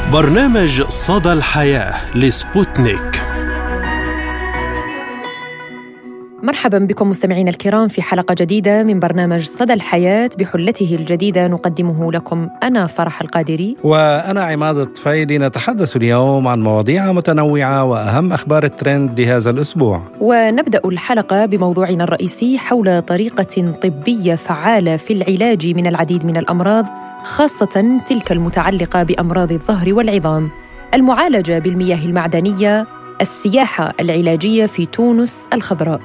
برنامج صدى الحياة لسبوتنيك. مرحبا بكم مستمعين الكرام في حلقة جديدة من برنامج صدى الحياة بحلته الجديدة نقدمه لكم أنا فرح القادري وأنا عماد الطفيلي. نتحدث اليوم عن مواضيع متنوعة وأهم أخبار الترند لهذا الأسبوع. ونبدأ الحلقة بموضوعنا الرئيسي حول طريقة طبية فعالة في العلاج من العديد من الأمراض، خاصة تلك المتعلقة بأمراض الظهر والعظام، المعالجة بالمياه المعدنية، السياحة العلاجية في تونس الخضراء.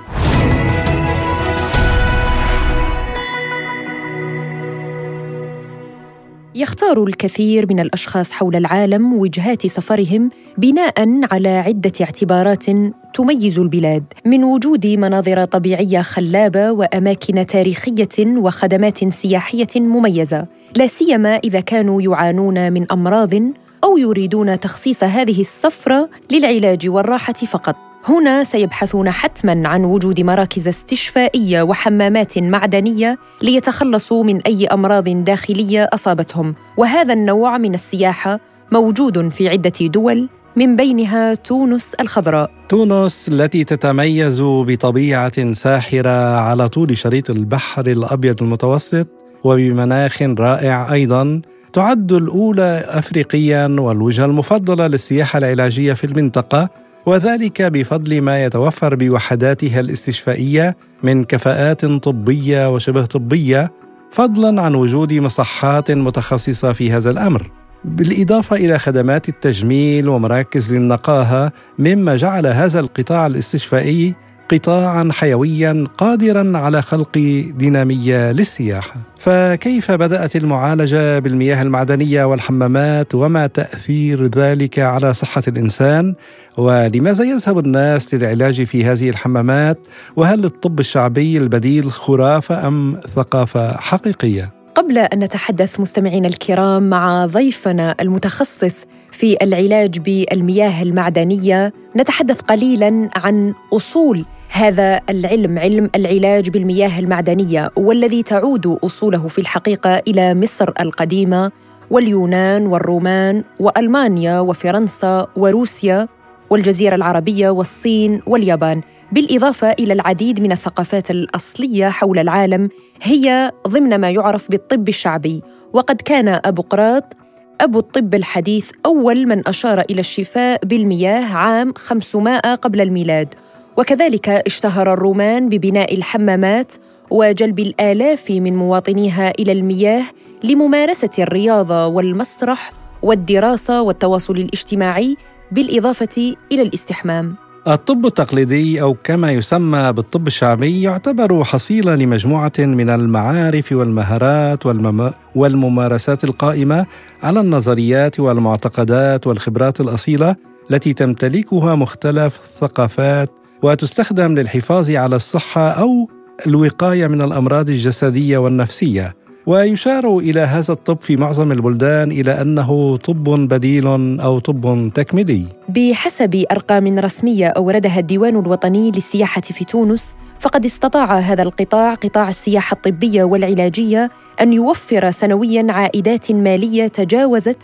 يختار الكثير من الأشخاص حول العالم وجهات سفرهم بناء على عدة اعتبارات تميز البلاد، من وجود مناظر طبيعية خلابة وأماكن تاريخية وخدمات سياحية مميزة، لا سيما إذا كانوا يعانون من أمراض أو يريدون تخصيص هذه السفرة للعلاج والراحة فقط. هنا سيبحثون حتماً عن وجود مراكز استشفائية وحمامات معدنية ليتخلصوا من أي أمراض داخلية أصابتهم، وهذا النوع من السياحة موجود في عدة دول من بينها تونس الخضراء. تونس التي تتميز بطبيعة ساحرة على طول شريط البحر الأبيض المتوسط وبمناخ رائع أيضاً، تعد الأولى أفريقياً والوجهة المفضلة للسياحة العلاجية في المنطقة، وذلك بفضل ما يتوفر بوحداتها الاستشفائية من كفاءات طبية وشبه طبية، فضلاً عن وجود مصحات متخصصة في هذا الأمر، بالإضافة إلى خدمات التجميل ومراكز للنقاهة، مما جعل هذا القطاع الاستشفائي قطاعاً حيوياً قادراً على خلق دينامية للسياحة. فكيف بدأت المعالجة بالمياه المعدنية والحمامات، وما تأثير ذلك على صحة الإنسان، ولماذا يذهب الناس للعلاج في هذه الحمامات، وهل الطب الشعبي البديل خرافة أم ثقافة حقيقية؟ قبل أن نتحدث مستمعين الكرام مع ضيفنا المتخصص في العلاج بالمياه المعدنية، نتحدث قليلاً عن أصول هذا العلم، علم العلاج بالمياه المعدنية، والذي تعود أصوله في الحقيقة إلى مصر القديمة واليونان والرومان وألمانيا وفرنسا وروسيا والجزيرة العربية والصين واليابان، بالإضافة إلى العديد من الثقافات الأصلية حول العالم هي ضمن ما يعرف بالطب الشعبي. وقد كان أبوقراط أبو الطب الحديث أول من أشار إلى الشفاء بالمياه عام 500 قبل الميلاد، وكذلك اشتهر الرومان ببناء الحمامات وجلب الآلاف من مواطنيها إلى المياه لممارسة الرياضة والمسرح والدراسة والتواصل الاجتماعي، بالإضافة إلى الاستحمام. الطب التقليدي أو كما يسمى بالطب الشعبي يعتبر حصيلة لمجموعة من المعارف والمهارات والممارسات القائمة على النظريات والمعتقدات والخبرات الأصيلة التي تمتلكها مختلف الثقافات، وتستخدم للحفاظ على الصحة أو الوقاية من الأمراض الجسدية والنفسية. ويشار إلى هذا الطب في معظم البلدان إلى أنه طب بديل أو طب تكميلي. بحسب أرقام رسمية أوردها الديوان الوطني للسياحة في تونس، فقد استطاع هذا القطاع، قطاع السياحة الطبية والعلاجية، أن يوفر سنوياً عائدات مالية تجاوزت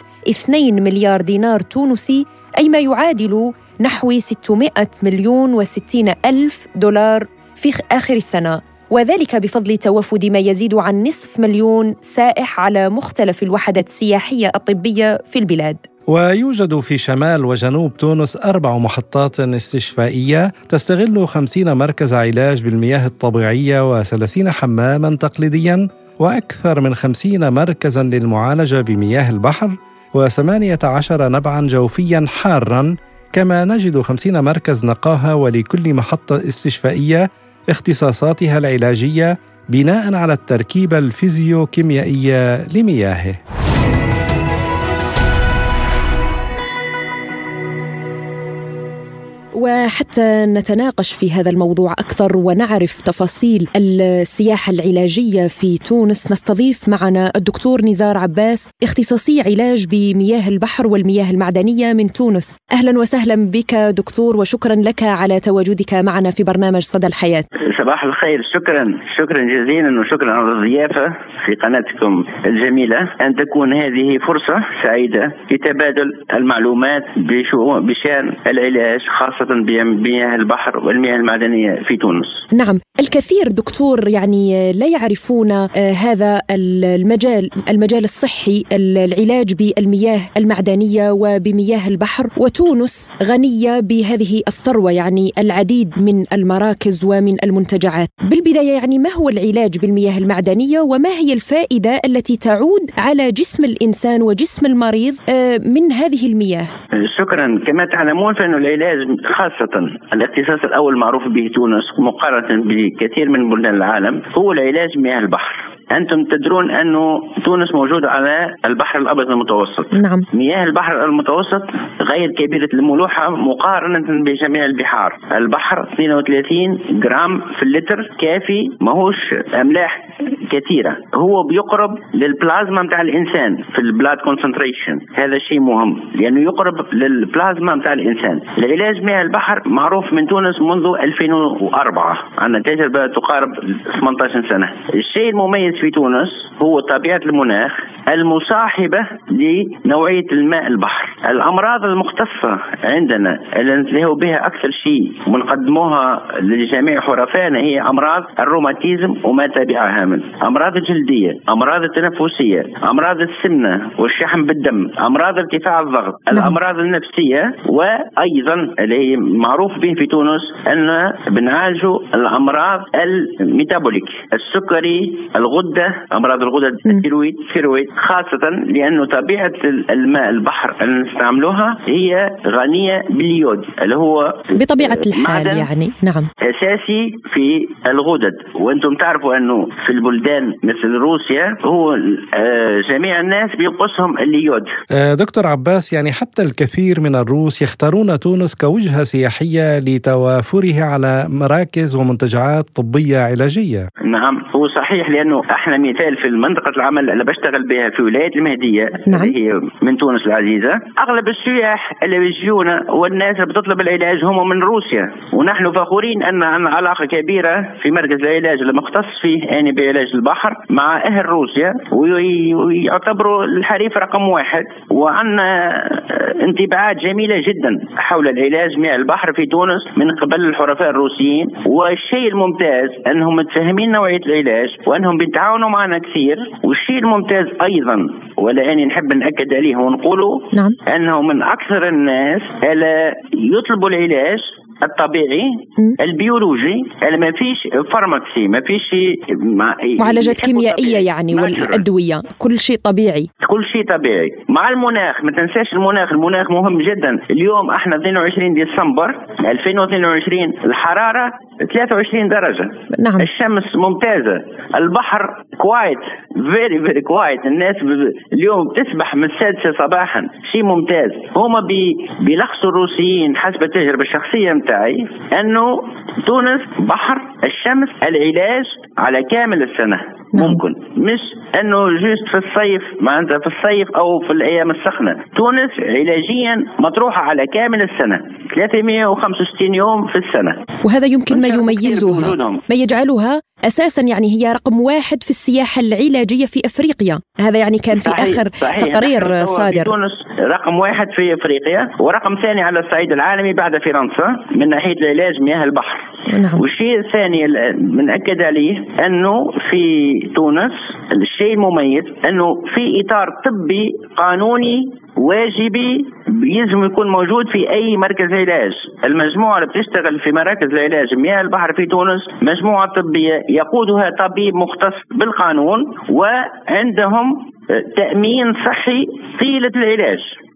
2 مليار دينار تونسي، أي ما يعادل نحو 600 مليون و60 ألف دولار في آخر السنة، وذلك بفضل توافد ما يزيد عن 500,000 سائح على مختلف الوحدات السياحية الطبية في البلاد. ويوجد في شمال وجنوب تونس 4 محطات استشفائية تستغل 50 مركز علاج بالمياه الطبيعية و30 حماماً تقليدياً، وأكثر من 50 مركزاً للمعالجة بمياه البحر، و18 نبعاً جوفياً حاراً، كما نجد 50 مركز نقاهة، ولكل محطة استشفائية اختصاصاتها العلاجية بناء على التركيبة الفيزيوكيميائية لمياهه. وحتى نتناقش في هذا الموضوع أكثر ونعرف تفاصيل السياحة العلاجية في تونس، نستضيف معنا الدكتور نزار عباس، اختصاصي علاج بمياه البحر والمياه المعدنية من تونس. أهلا وسهلا بك دكتور، وشكرا لك على تواجدك معنا في برنامج صدى الحياة. صباح الخير، شكرا جزيلا، وشكرا على الضيافة في قناتكم الجميلة. أن تكون هذه فرصة سعيدة لتبادل المعلومات بشأن العلاج خاصة بمياه البحر والمياه المعدنية في تونس. نعم، الكثير دكتور يعني لا يعرفون هذا المجال الصحي، العلاج بالمياه المعدنية وبمياه البحر، وتونس غنية بهذه الثروة، يعني العديد من المراكز ومن المنتجعات. بالبداية يعني ما هو العلاج بالمياه المعدنية وما هي الفائدة التي تعود على جسم الإنسان وجسم المريض من هذه المياه؟ شكرا. كما تعلمون فإن العلاج خاصة الاختصاص الأول معروف به تونس مقارنة بكثير من بلدان العالم هو العلاج مياه البحر. أنتم تدرون أنه تونس موجودة على البحر الأبيض المتوسط. نعم. مياه البحر المتوسط غير كبيرة الملوحة مقارنة بجميع البحار. البحر 32 جرام في اللتر كافي، ماهوش أملاح كثيرة. هو بيقرب للبلازما متاع الإنسان في البلاد كونسنتريشن، هذا شيء مهم لأنه يقرب للبلازما متاع الإنسان. العلاج مياه البحر معروف من تونس منذ 2004، عندنا تجربة تقارب 18 سنة. الشيء المميز في تونس هو طبيعة المناخ المصاحبة لنوعية الماء البحر. الأمراض المختصة عندنا اللي نتلهوا بها أكثر شيء ونقدموها لجميع حرفائنا هي أمراض الروماتيزم وما تبعها من أمراض الجلدية، أمراض التنفسية، أمراض السمنة والشحم بالدم، أمراض ارتفاع الضغط، الأمراض النفسية، وأيضا اللي معروف به في تونس أن بنعالجوا الأمراض الميتابوليك، السكري، الغدة، أمراض الغدة، الثيرويد، خاصة لأنه طبيعة الماء البحر اللي نستعملوها هي غنية باليود اللي هو بطبيعة الحال يعني نعم أساسي في الغدد. وأنتم تعرفوا أنه في البلدان مثل روسيا هو جميع الناس بينقصهم اليود. دكتور عباس، يعني حتى الكثير من الروس يختارون تونس كوجهة سياحية لتوافرها على مراكز ومنتجعات طبية علاجية. نعم هو صحيح، لأنه احنا مثال في منطقة العمل اللي بشتغل بها في ولاية المهدية. نعم. اللي هي من تونس العزيزة، أغلب السياح اللي بيجونا والناس اللي بتطلب العلاج هم من روسيا، ونحن فخورين أن عندنا علاقة كبيرة في مركز العلاج اللي مختص فيه يعني بعلاج البحر مع أهل روسيا، ويعتبروا الحريف رقم 1. وعندنا انطباعات جميلة جدا حول العلاج مياه البحر في تونس من قبل الحرفاء الروسيين. والشيء الممتاز أنهم متفاهمين نوعية العلاج وأنهم بيتعاونوا معنا كثير. والشيء الممتاز أيضا ولاني نحب نأكد عليه ونقوله نعم. أنه من أكثر الناس اللي يطلبوا العلاج الطبيعي البيولوجي اللي ما فيش فارماكسي، ما فيش معالجات كيميائية يعني والأدوية، كل شيء طبيعي، كل شيء طبيعي. مع المناخ ما تنساش المناخ مهم جدا. اليوم احنا 22 ديسمبر 2022 الحرارة 23 درجة. نعم. الشمس ممتازة، البحر كوايت، very كوايت. الناس اليوم تسبح من 6 صباحا، شيء ممتاز. هما بيلخصوا الروسيين حسب التجربة الشخصية متاعي أنه تونس بحر، الشمس، العلاج على كامل السنة. ممكن مش أنه جست في الصيف، معناتها في الصيف أو في الأيام السخنة. تونس علاجيا مطروحة على كامل السنة، 365 يوم في السنة. وهذا يمكن ما يميزها، ما يجعلها أساسا يعني هي رقم 1 في السياحة العلاجية في أفريقيا. هذا يعني كان في آخر تقرير صادر. تونس رقم 1 في أفريقيا ورقم 2 على الصعيد العالمي بعد فرنسا من ناحية العلاج مياه البحر. نعم. والشيء الثاني بنأكد عليه أنه في تونس الشيء المميز أنه في إطار طبي قانوني واجبي يلزم يكون موجود في أي مركز علاج. المجموعة اللي بتشتغل في مراكز العلاج مياه البحر في تونس مجموعة طبية يقودها طبيب مختص بالقانون، وعندهم تأمين صحي طيلة العلاج.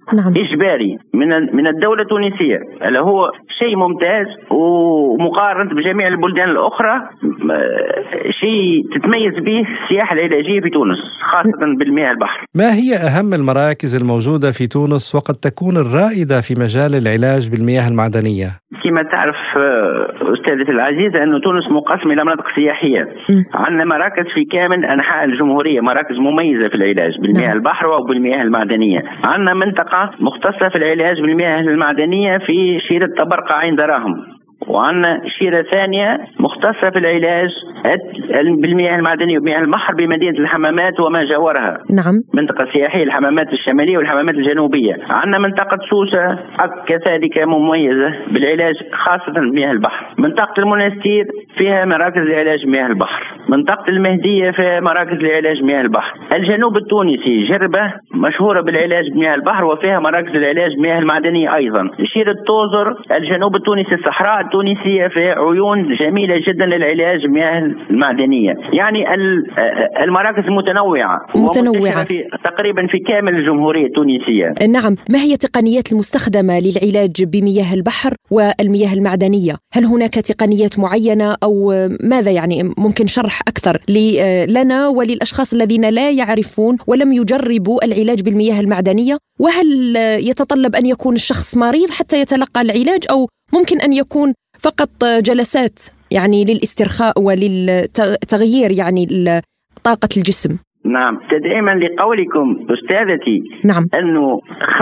نعم. إجباري من الدولة التونسية، اللي هو شيء ممتاز ومقارنة بجميع البلدان الأخرى شيء تتميز به السياحة العلاجية في تونس خاصة بالمياه البحر. ما هي أهم المراكز الموجودة في تونس وقد تكون الرائدة في مجال العلاج بالمياه المعدنية؟ كما تعرف أستاذتي العزيزة أن تونس مقسمة إلى مناطق سياحية. عندنا مراكز في كامل أنحاء الجمهورية، مراكز مميزة في العلاج بالمياه البحر وبالمياه المعدنية. عندنا منطقة مختصة في العلاج بالمياه المعدنية في شيرة طبرقة عين دراهم، وعندنا شيرة ثانية مختصة في العلاج بالمياه المعدنية وبمياه البحر بمدينة الحمامات وما جاورها. نعم. منطقة سياحية الحمامات الشمالية والحمامات الجنوبية. عندنا منطقة سوسة كذلك مميزة بالعلاج خاصة بمياه البحر. منطقة المنستير فيها مراكز لعلاج مياه البحر. منطقة المهدية فيها مراكز لعلاج مياه البحر. الجنوب التونسي جربة مشهورة بالعلاج بمياه البحر وفيها مراكز للعلاج بمياه المعدنية أيضا. شيرة طوزر الجنوب التونسي الصحراء التونسية في عيون جميلة جدا للعلاج بمياه المعدنية. يعني المراكز متنوعة تقريبا في كامل الجمهورية التونسية. نعم. ما هي التقنيات المستخدمة للعلاج بمياه البحر والمياه المعدنية؟ هل هناك تقنيات معينة أو ماذا؟ يعني ممكن شرح أكثر لنا وللأشخاص الذين لا يعرفون ولم يجربوا العلاج بالمياه المعدنية، وهل يتطلب أن يكون الشخص مريض حتى يتلقى العلاج أو ممكن أن يكون فقط جلسات يعني للاسترخاء وللتغيير يعني طاقة الجسم؟ نعم، تدعيما لقولكم أستاذتي. نعم. أنه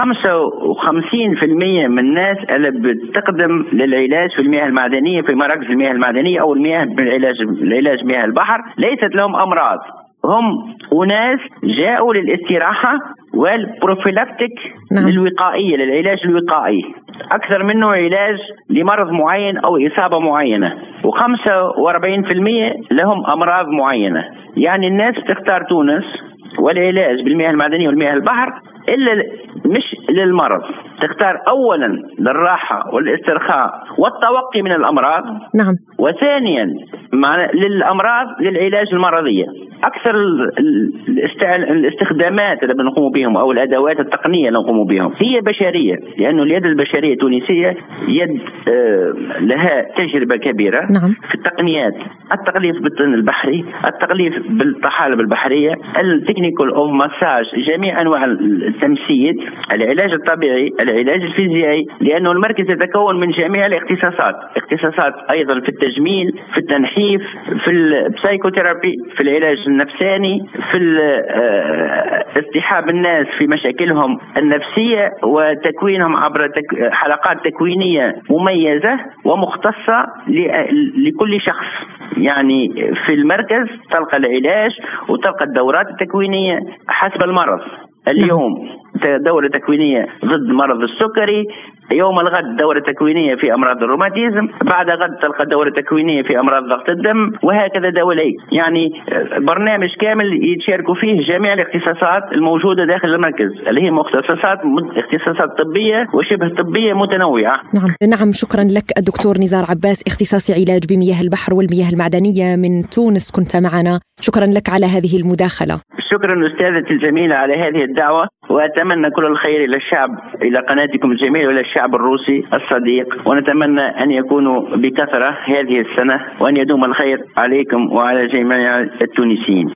55% من الناس اللي بتقدم للعلاج في المياه المعدنية في مراكز المياه المعدنية أو المياه بالعلاج مياه البحر ليست لهم أمراض، هم أناس جاءوا للاستراحة والبروفيلاكتيك. نعم. للوقائية، للعلاج الوقائي أكثر منه علاج لمرض معين أو إصابة معينة. و45% لهم أمراض معينة. يعني الناس تختار تونس والعلاج بالمياه المعدنية والمياه البحر إلا مش للمرض، تختار أولا للراحة والاسترخاء والتوقي من الأمراض. نعم. وثانيا للأمراض للعلاج المرضية. أكثر الاستخدامات اللي بنقوم بهم أو الأدوات التقنية اللي نقوم بهم هي بشرية، لأنه اليد البشرية التونسية يد لها تجربة كبيرة. نعم. في التقنيات، التغليف بالطين البحري، التغليف بالطحالب البحرية، التكنيكال أوف مساج، جميع أنواع التمسيد، العلاج الطبيعي، العلاج الفيزيائي، لأنه المركز يتكون من جميع الاختصاصات أيضا في التجميل، في التنحيف، في البسايكوثيرابي، في العلاج النفساني، في اصطحاب الناس في مشاكلهم النفسية وتكوينهم عبر حلقات تكوينية مميزة ومختصة لكل شخص. يعني في المركز تلقى العلاج وتلقى الدورات التكوينية حسب المرض. اليوم دورة تكوينية ضد مرض السكري، يوم الغد دورة تكوينية في أمراض الروماتيزم، بعد غد تلقى دورة تكوينية في أمراض ضغط الدم، وهكذا دولي. يعني برنامج كامل يتشاركوا فيه جميع الاختصاصات الموجودة داخل المركز اللي هي اختصاصات طبية وشبه طبية متنوعة. نعم. شكرا لك الدكتور نزار عباس، اختصاصي علاج بمياه البحر والمياه المعدنية من تونس، كنت معنا. شكرا لك على هذه المداخلة. شكرا أستاذتي الجميلة على هذه الدعوة، وأتمنى كل الخير إلى الشعب، إلى قناتكم الجميلة وإلى الشعب الروسي الصديق، ونتمنى أن يكونوا بكثرة هذه السنة وأن يدوم الخير عليكم وعلى جميع التونسيين.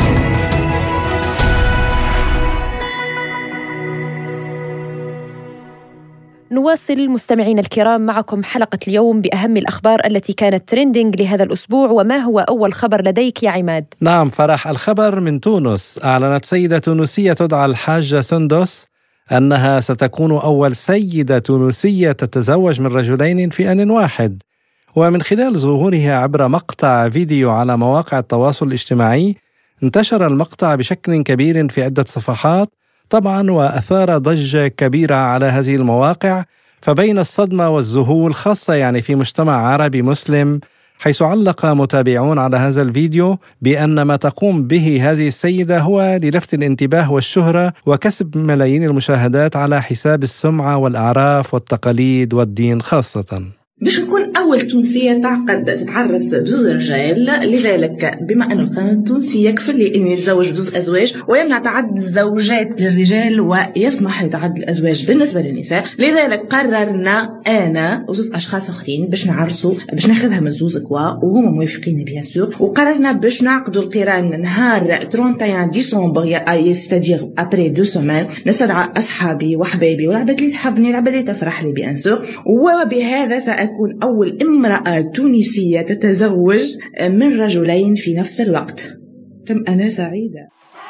نواصل مستمعين الكرام معكم حلقة اليوم بأهم الأخبار التي كانت تريندينج لهذا الأسبوع. وما هو أول خبر لديك يا عماد؟ نعم فرح، الخبر من تونس. أعلنت سيدة تونسية تدعى الحاجة سندس أنها ستكون أول سيدة تونسية تتزوج من رجلين في آن واحد. ومن خلال ظهورها عبر مقطع فيديو على مواقع التواصل الاجتماعي، انتشر المقطع بشكل كبير في عدة صفحات طبعا، وأثار ضجة كبيرة على هذه المواقع. فبين الصدمة والذهول، خاصة يعني في مجتمع عربي مسلم، حيث علق متابعون على هذا الفيديو بأن ما تقوم به هذه السيدة هو للفت الانتباه والشهرة وكسب ملايين المشاهدات على حساب السمعة والأعراف والتقاليد والدين خاصة. باش نكون أول تونسية تعقد تتعرس بزوج رجال. لذلك بما أن القانون التونسي يكفل لي أن يتزوج بزوج أزواج ويمنع تعدد الزوجات للرجال ويسمح لتعدد الأزواج بالنسبة للنساء، لذلك قررنا أنا وزوج أشخاص آخرين باش نعرسوا، باش ناخذها من زوز كوا وهما موافقين بيان سور، وقررنا باش نعقدوا القران نهار 31 ديسمبر ستادير ابري 2 سيمين. نستدعى أصحابي وحبايبي والعباد اللي تحبني والعباد اللي تفرح لي بيان سور، وبهذا سأكون أول امرأة تونسية تتزوج من رجلين في نفس الوقت. كم أنا سعيدة.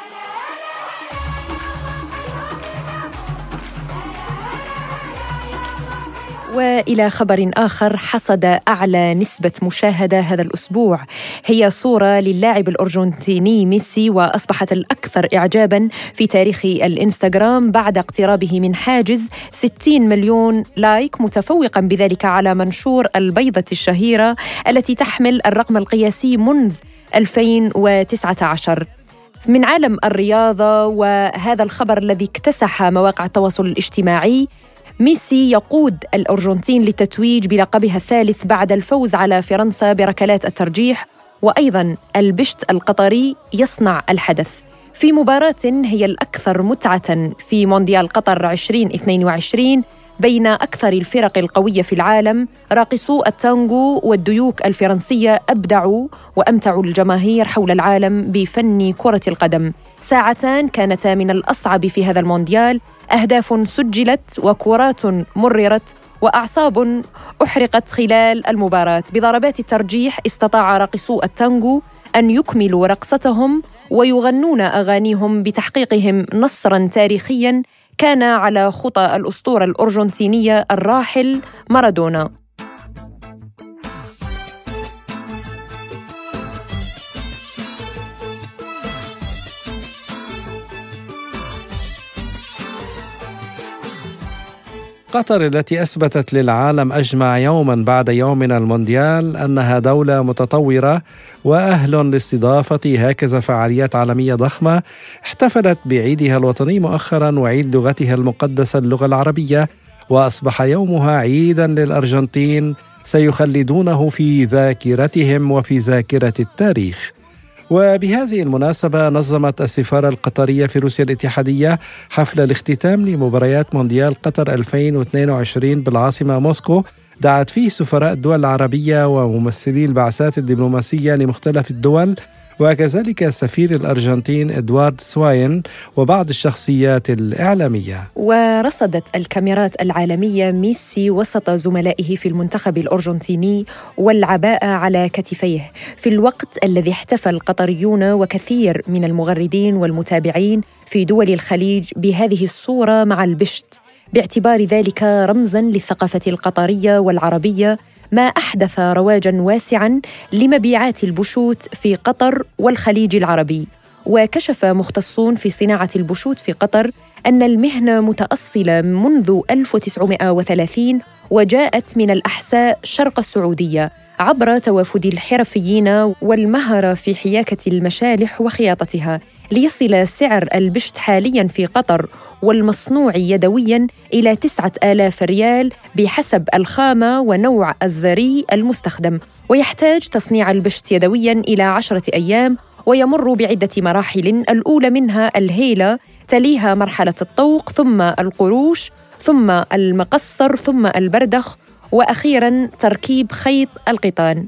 وإلى خبر آخر، حصد أعلى نسبة مشاهدة هذا الأسبوع، هي صورة للاعب الأرجنتيني ميسي، وأصبحت الأكثر إعجاباً في تاريخ الإنستغرام بعد اقترابه من حاجز 60 مليون لايك، متفوقاً بذلك على منشور البيضة الشهيرة التي تحمل الرقم القياسي منذ 2019. من عالم الرياضة وهذا الخبر الذي اكتسح مواقع التواصل الاجتماعي، ميسي يقود الأرجنتين للتتويج بلقبها الثالث بعد الفوز على فرنسا بركلات الترجيح، وأيضاً البشت القطري يصنع الحدث في مباراة هي الأكثر متعة في مونديال قطر 2022 بين أكثر الفرق القوية في العالم. راقصو التانغو والديوك الفرنسية أبدعوا وأمتعوا الجماهير حول العالم بفن كرة القدم. ساعتان كانتا من الأصعب في هذا المونديال، أهداف سجلت وكرات مررت وأعصاب أحرقت خلال المباراة. بضربات الترجيح استطاع راقصو التانغو أن يكملوا رقصتهم ويغنون أغانيهم بتحقيقهم نصراً تاريخياً كان على خطى الأسطورة الأرجنتينية الراحل مارادونا. قطر التي أثبتت للعالم أجمع يوماً بعد يوم من المونديال أنها دولة متطورة وأهل لاستضافة هكذا فعاليات عالمية ضخمة، احتفلت بعيدها الوطني مؤخراً وعيد لغتها المقدسة اللغة العربية، وأصبح يومها عيداً للأرجنتين سيخلدونه في ذاكرتهم وفي ذاكرة التاريخ. وبهذه المناسبة نظمت السفارة القطرية في روسيا الاتحادية حفل الاختتام لمباريات مونديال قطر 2022 بالعاصمة موسكو، دعت فيه سفراء الدول العربية وممثلي البعثات الدبلوماسية لمختلف الدول، وكذلك سفير الأرجنتين إدوارد سواين وبعض الشخصيات الإعلامية. ورصدت الكاميرات العالمية ميسي وسط زملائه في المنتخب الأرجنتيني والعباءة على كتفيه، في الوقت الذي احتفل القطريون وكثير من المغردين والمتابعين في دول الخليج بهذه الصورة مع البشت، باعتبار ذلك رمزاً للثقافة القطرية والعربية، ما أحدث رواجاً واسعاً لمبيعات البشوت في قطر والخليج العربي. وكشف مختصون في صناعة البشوت في قطر أن المهنة متأصلة منذ 1930 وجاءت من الأحساء شرق السعودية عبر توافد الحرفيين والمهرة في حياكة المشالح وخياطتها، ليصل سعر البشت حالياً في قطر والمصنوع يدوياً إلى 9000 ريال بحسب الخامة ونوع الزري المستخدم، ويحتاج تصنيع البشت يدوياً إلى 10 أيام، ويمر بعدة مراحل، الأولى منها الهيلة، تليها مرحلة الطوق، ثم القروش، ثم المقصر، ثم البردخ، وأخيراً تركيب خيط القطان.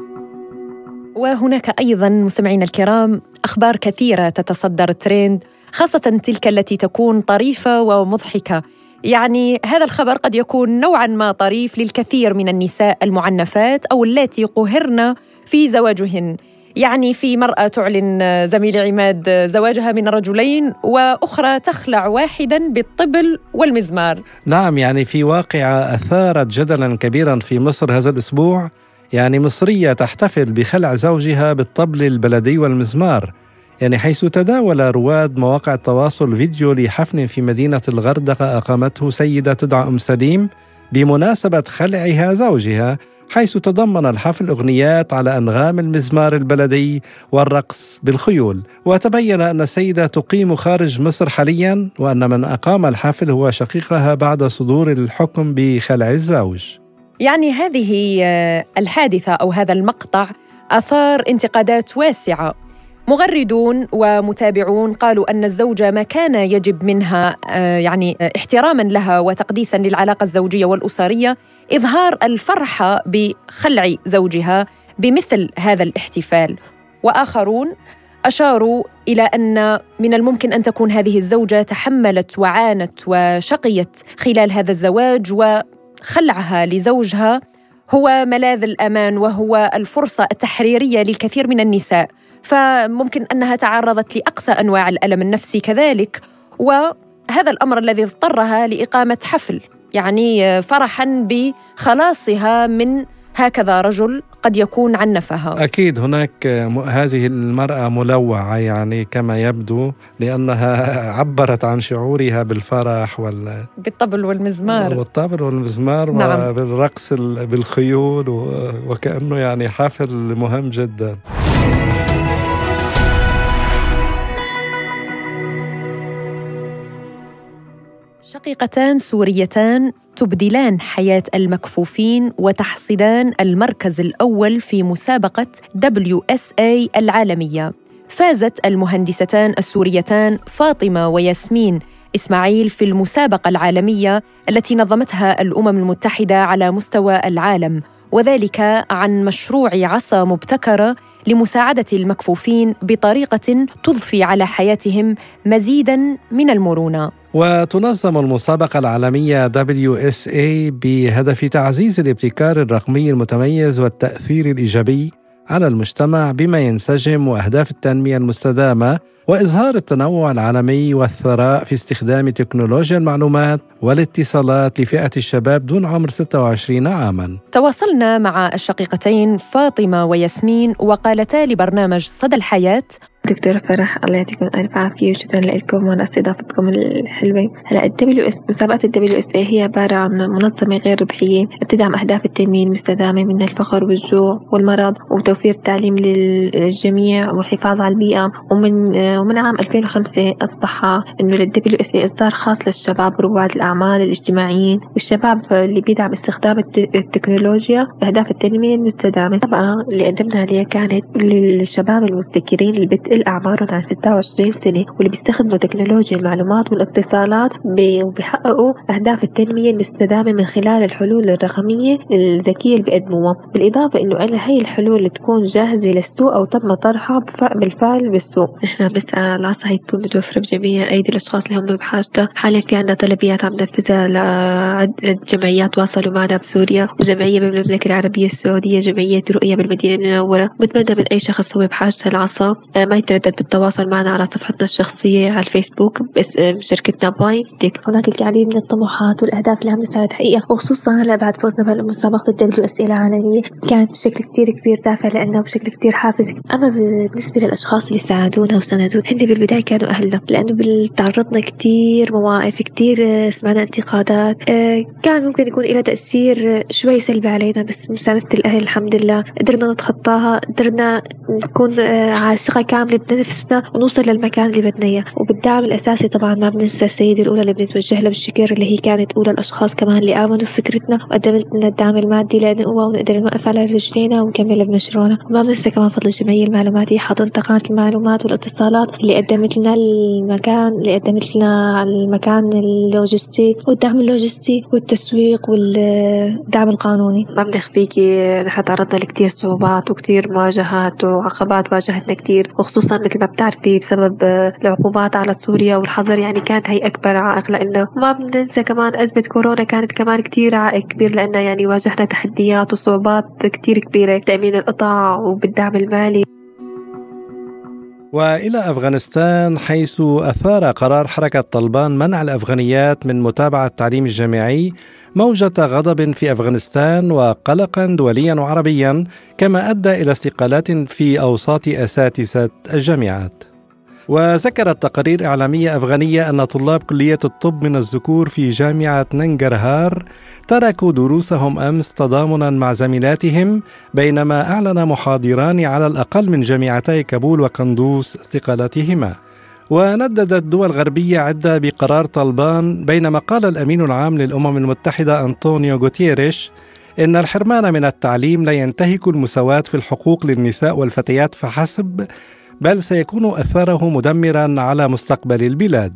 وهناك أيضاً مستمعينا الكرام أخبار كثيرة تتصدر الترند، خاصة تلك التي تكون طريفة ومضحكة. يعني هذا الخبر قد يكون نوعاً ما طريف للكثير من النساء المعنفات أو اللاتي قهرن في زواجهن. يعني في مرأة تعلن زميل عماد زواجها من رجلين، وأخرى تخلع واحداً بالطبل والمزمار. نعم، يعني في واقعة أثارت جدلاً كبيراً في مصر هذا الأسبوع، يعني مصرية تحتفل بخلع زوجها بالطبل البلدي والمزمار، يعني حيث تداول رواد مواقع التواصل فيديو لحفل في مدينة الغردقة أقامته سيدة تدعى أم سليم بمناسبة خلعها زوجها، حيث تضمن الحفل أغنيات على أنغام المزمار البلدي والرقص بالخيول. وتبين أن السيدة تقيم خارج مصر حاليا، وأن من أقام الحفل هو شقيقها بعد صدور الحكم بخلع الزوج. يعني هذه الحادثة أو هذا المقطع أثار انتقادات واسعة. مغردون ومتابعون قالوا أن الزوجة ما كان يجب منها يعني احتراما لها وتقديسا للعلاقة الزوجية والأسرية إظهار الفرحة بخلع زوجها بمثل هذا الاحتفال. وآخرون أشاروا إلى أن من الممكن أن تكون هذه الزوجة تحملت وعانت وشقيت خلال هذا الزواج، وخلعها لزوجها هو ملاذ الأمان وهو الفرصة التحريرية للكثير من النساء، فممكن أنها تعرضت لأقصى أنواع الألم النفسي كذلك، وهذا الأمر الذي اضطرها لإقامة حفل يعني فرحاً بخلاصها من هكذا رجل قد يكون عنفها. أكيد هناك هذه المرأة ملوعة يعني كما يبدو، لأنها عبرت عن شعورها بالفرح بالطبل والمزمار نعم. وبالرقص بالخيول وكأنه يعني حفل مهم جدا. شقيقتان سوريتان تبدلان حياة المكفوفين وتحصدان المركز الأول في مسابقة WSA العالمية. فازت المهندستان السوريتان فاطمة وياسمين إسماعيل في المسابقة العالمية التي نظمتها الأمم المتحدة على مستوى العالم، وذلك عن مشروع عصا مبتكرة لمساعدة المكفوفين بطريقة تضفي على حياتهم مزيداً من المرونة. وتنظم المسابقة العالمية WSA بهدف تعزيز الابتكار الرقمي المتميز والتأثير الإيجابي على المجتمع بما ينسجم وأهداف التنمية المستدامة وإظهار التنوع العالمي والثراء في استخدام تكنولوجيا المعلومات والاتصالات لفئة الشباب دون عمر 26 عاماً. تواصلنا مع الشقيقتين فاطمة وياسمين وقالتا لبرنامج صدى الحياة: دكتورة فرح الله يعطيكم ألف عافية وشكرا لكم وعلى استضافتكم الحلوة. هلا مسابقة WSA هي عبارة عن منظمة غير ربحية بتدعم أهداف التنمية المستدامة من الفقر والجوع والمرض وتوفير التعليم للجميع والحفاظ على البيئة. ومن عام 2005 أصبح إنه WSA إصدار خاص للشباب رواد الأعمال الاجتماعيين والشباب اللي بيدعم استخدام التكنولوجيا لأهداف التنمية المستدامة. الطبقة اللي قدمنا عليها كانت للشباب المبتكرين اللي بتقل أعمارهم عن 26 سنة واللي بيستخدموا تكنولوجيا المعلومات والاتصالات وبيحققوا أهداف التنمية المستدامة من خلال الحلول الرقمية الذكية اللي بيقدموها، بالإضافة إنه هي الحلول تكون جاهزة للسوق أو تم طرحها بالفعل بالسوق. إحنا بنسعى العصا هي تكون متوفرة بجميع أيدي الأشخاص اللي هم بحاجتها. حاليا في عندنا طلبيات عم ننفذها لعدة جمعيات واصلوا معنا بسوريا وجمعية بالمملكة العربية السعودية، جمعية رؤية بالمدينة المنورة. بتمنى من أي شخص هو بحاجة العصا ما يتردد بالتواصل معنا على صفحتنا الشخصية على الفيسبوك باسم شركتنا باينتك. هناك الكثير من الطموحات والأهداف اللي عم نسعى تحقيقها، وخصوصا هلا بعد فوزنا بمسابقة WSA العالمية كانت بشكل كتير كبير دافع لنا وبشكل كتير حافز. أما بالنسبة للأشخاص اللي ساعدونا وساندونا هن بالبداية كانوا أهلنا، لأنه تعرضنا كتير مواقف كتير سمعنا انتقادات كان ممكن يكون لها تأثير شوي سلبي علينا، بس مساندة الأهل الحمد لله قدرنا نتخطاها، قدرنا نكون على ثقة كاملة بنفسنا ونوصل للمكان اللي بدنا إياه. وبالدعم الأساسي طبعا ما بننسى السيدة الأولى اللي بنتوجه لها بالشكر، اللي هي كانت أولى الأشخاص كمان اللي آمنوا بفكرتنا وقدمت لنا الدعم المادي لنقوى ونقدر نوقف على رجلينا ونكمل بمشروعنا. وما بننسى كمان فضل الجمعية المعلوماتية حاضنة قناة المعلومات والاتصالات اللي قدمت لنا المكان اللوجستي والدعم اللوجستي والتسويق والدعم القانوني. ما بنخفيكي نحن تعرضنا لكتير صعوبات وكتير مواجهات وعقبات واجهتنا كتير، وخصوصا مثل ما بتعرفي بسبب العقوبات على سوريا والحظر، يعني كانت هي أكبر عائق لنا. وما بننسى كمان أزمة كورونا كانت كمان كتير عائق كبير لأننا يعني واجهنا تحديات وصعوبات كتير كبيرة تأمين القطاع وبالدعم المالي. وإلى أفغانستان، حيث أثار قرار حركة طالبان منع الأفغانيات من متابعة التعليم الجامعي موجة غضب في أفغانستان وقلقا دوليا وعربيا، كما أدى إلى استقالات في أوساط أساتذة الجامعات. وذكرت تقارير إعلامية أفغانية أن طلاب كلية الطب من الذكور في جامعة ننجرهار تركوا دروسهم أمس تضامنا مع زميلاتهم، بينما أعلن محاضران على الأقل من جامعتي كابول وقندوز استقالاتهما. ونددت دول غربية عدة بقرار طالبان، بينما قال الأمين العام للأمم المتحدة أنطونيو غوتيريش إن الحرمان من التعليم لا ينتهك المساواة في الحقوق للنساء والفتيات فحسب، بل سيكون أثره مدمرا على مستقبل البلاد.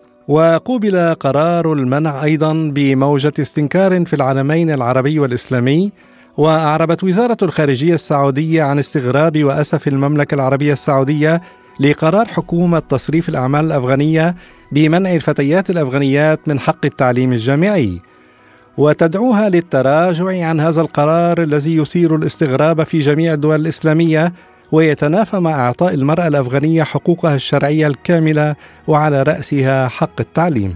وقوبل قرار المنع أيضا بموجة استنكار في العالمين العربي والإسلامي. وأعربت وزارة الخارجية السعودية عن استغراب وأسف المملكة العربية السعودية لقرار حكومة تصريف الأعمال الأفغانية بمنع الفتيات الأفغانيات من حق التعليم الجامعي، وتدعوها للتراجع عن هذا القرار الذي يثير الاستغراب في جميع الدول الإسلامية ويتنافى مع إعطاء المرأة الأفغانية حقوقها الشرعية الكاملة وعلى رأسها حق التعليم.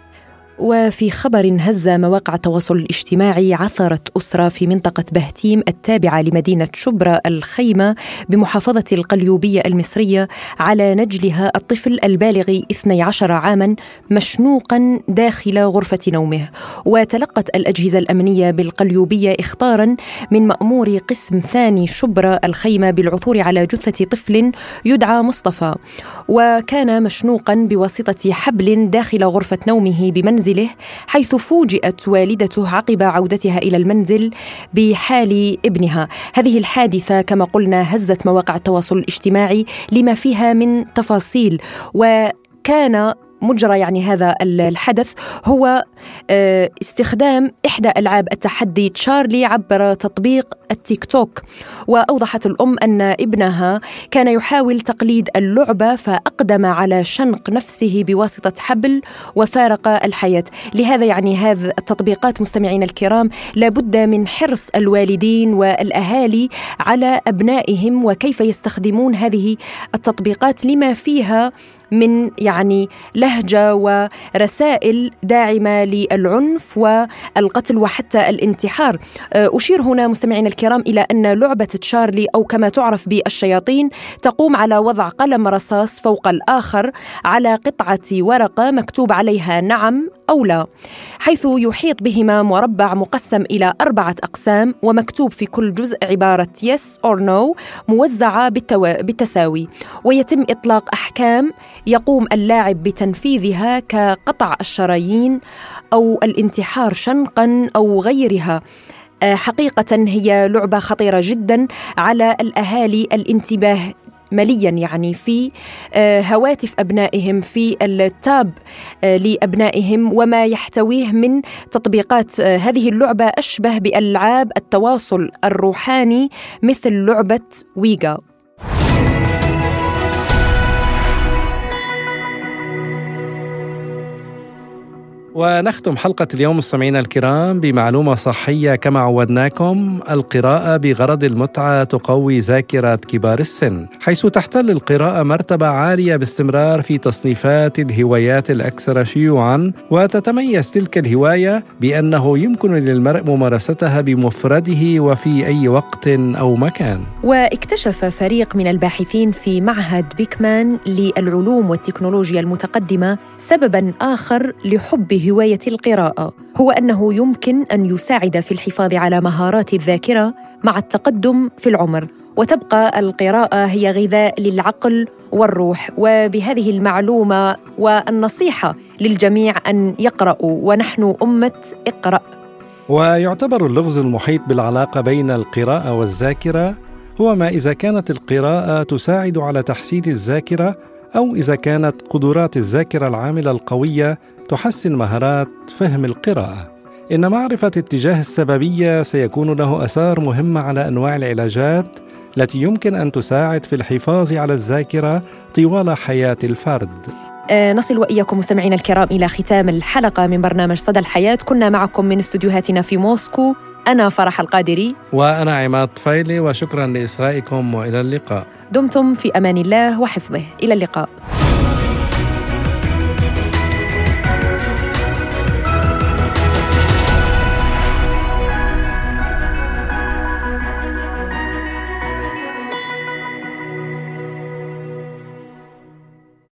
وفي خبر هز مواقع التواصل الاجتماعي، عثرت أسرة في منطقة بهتيم التابعة لمدينة شبرا الخيمة بمحافظة القليوبية المصرية على نجلها الطفل البالغ 12 عاما مشنوقا داخل غرفة نومه. وتلقت الأجهزة الأمنية بالقليوبية إخطارا من مأمور قسم ثاني شبرا الخيمة بالعثور على جثة طفل يدعى مصطفى، وكان مشنوقا بواسطة حبل داخل غرفة نومه بمنزله، حيث فوجئت والدته عقب عودتها إلى المنزل بحال ابنها. هذه الحادثة كما قلنا هزت مواقع التواصل الاجتماعي لما فيها من تفاصيل، وكان مجرى هذا الحدث هو استخدام إحدى ألعاب التحدي تشارلي عبر تطبيق التيك توك. وأوضحت الأم أن ابنها كان يحاول تقليد اللعبة فأقدم على شنق نفسه بواسطة حبل وفارق الحياة. لهذا هذه التطبيقات مستمعين الكرام لابد من حرص الوالدين والأهالي على أبنائهم وكيف يستخدمون هذه التطبيقات لما فيها من لهجة ورسائل داعمة للعنف والقتل وحتى الانتحار. أشير هنا مستمعين الكرام إلى أن لعبة تشارلي أو كما تعرف بالشياطين تقوم على وضع قلم رصاص فوق الآخر على قطعة ورقة مكتوب عليها نعم أو لا، حيث يحيط بهما مربع مقسم إلى 4 أقسام ومكتوب في كل جزء عبارة yes or no موزعة بالتساوي، ويتم إطلاق أحكام يقوم اللاعب بتنفيذها كقطع الشرايين أو الانتحار شنقا أو غيرها. حقيقة هي لعبة خطيرة جدا على الأهالي الانتباه مليا في هواتف أبنائهم، في التاب لأبنائهم وما يحتويه من تطبيقات. هذه اللعبة أشبه بألعاب التواصل الروحاني مثل لعبة ويغا. ونختم حلقة اليوم مستمعينا الكرام بمعلومة صحية كما عودناكم. القراءة بغرض المتعة تقوي ذاكرة كبار السن، حيث تحتل القراءة مرتبة عالية باستمرار في تصنيفات الهوايات الأكثر شيوعا، وتتميز تلك الهواية بأنه يمكن للمرء ممارستها بمفرده وفي أي وقت أو مكان. واكتشف فريق من الباحثين في معهد بيكمان للعلوم والتكنولوجيا المتقدمة سبباً آخر لحب هواية القراءة، هو أنه يمكن أن يساعد في الحفاظ على مهارات الذاكرة مع التقدم في العمر، وتبقى القراءة هي غذاء للعقل والروح. وبهذه المعلومة والنصيحة للجميع أن يقرأوا، ونحن أمة اقرأ. ويعتبر اللغز المحيط بالعلاقة بين القراءة والذاكرة هو ما إذا كانت القراءة تساعد على تحسين الذاكرة، أو إذا كانت قدرات الذاكرة العاملة القوية تحسن مهارات فهم القراءة. إن معرفة اتجاه السببية سيكون له آثار مهمة على أنواع العلاجات التي يمكن أن تساعد في الحفاظ على الذاكرة طوال حياة الفرد. نصل وإياكم مستمعينا الكرام إلى ختام الحلقة من برنامج صدى الحياة. كنا معكم من استوديوهاتنا في موسكو، أنا فرح القادري وأنا عماد طفيلي، وشكرا لإصغائكم وإلى اللقاء. دمتم في أمان الله وحفظه. إلى اللقاء.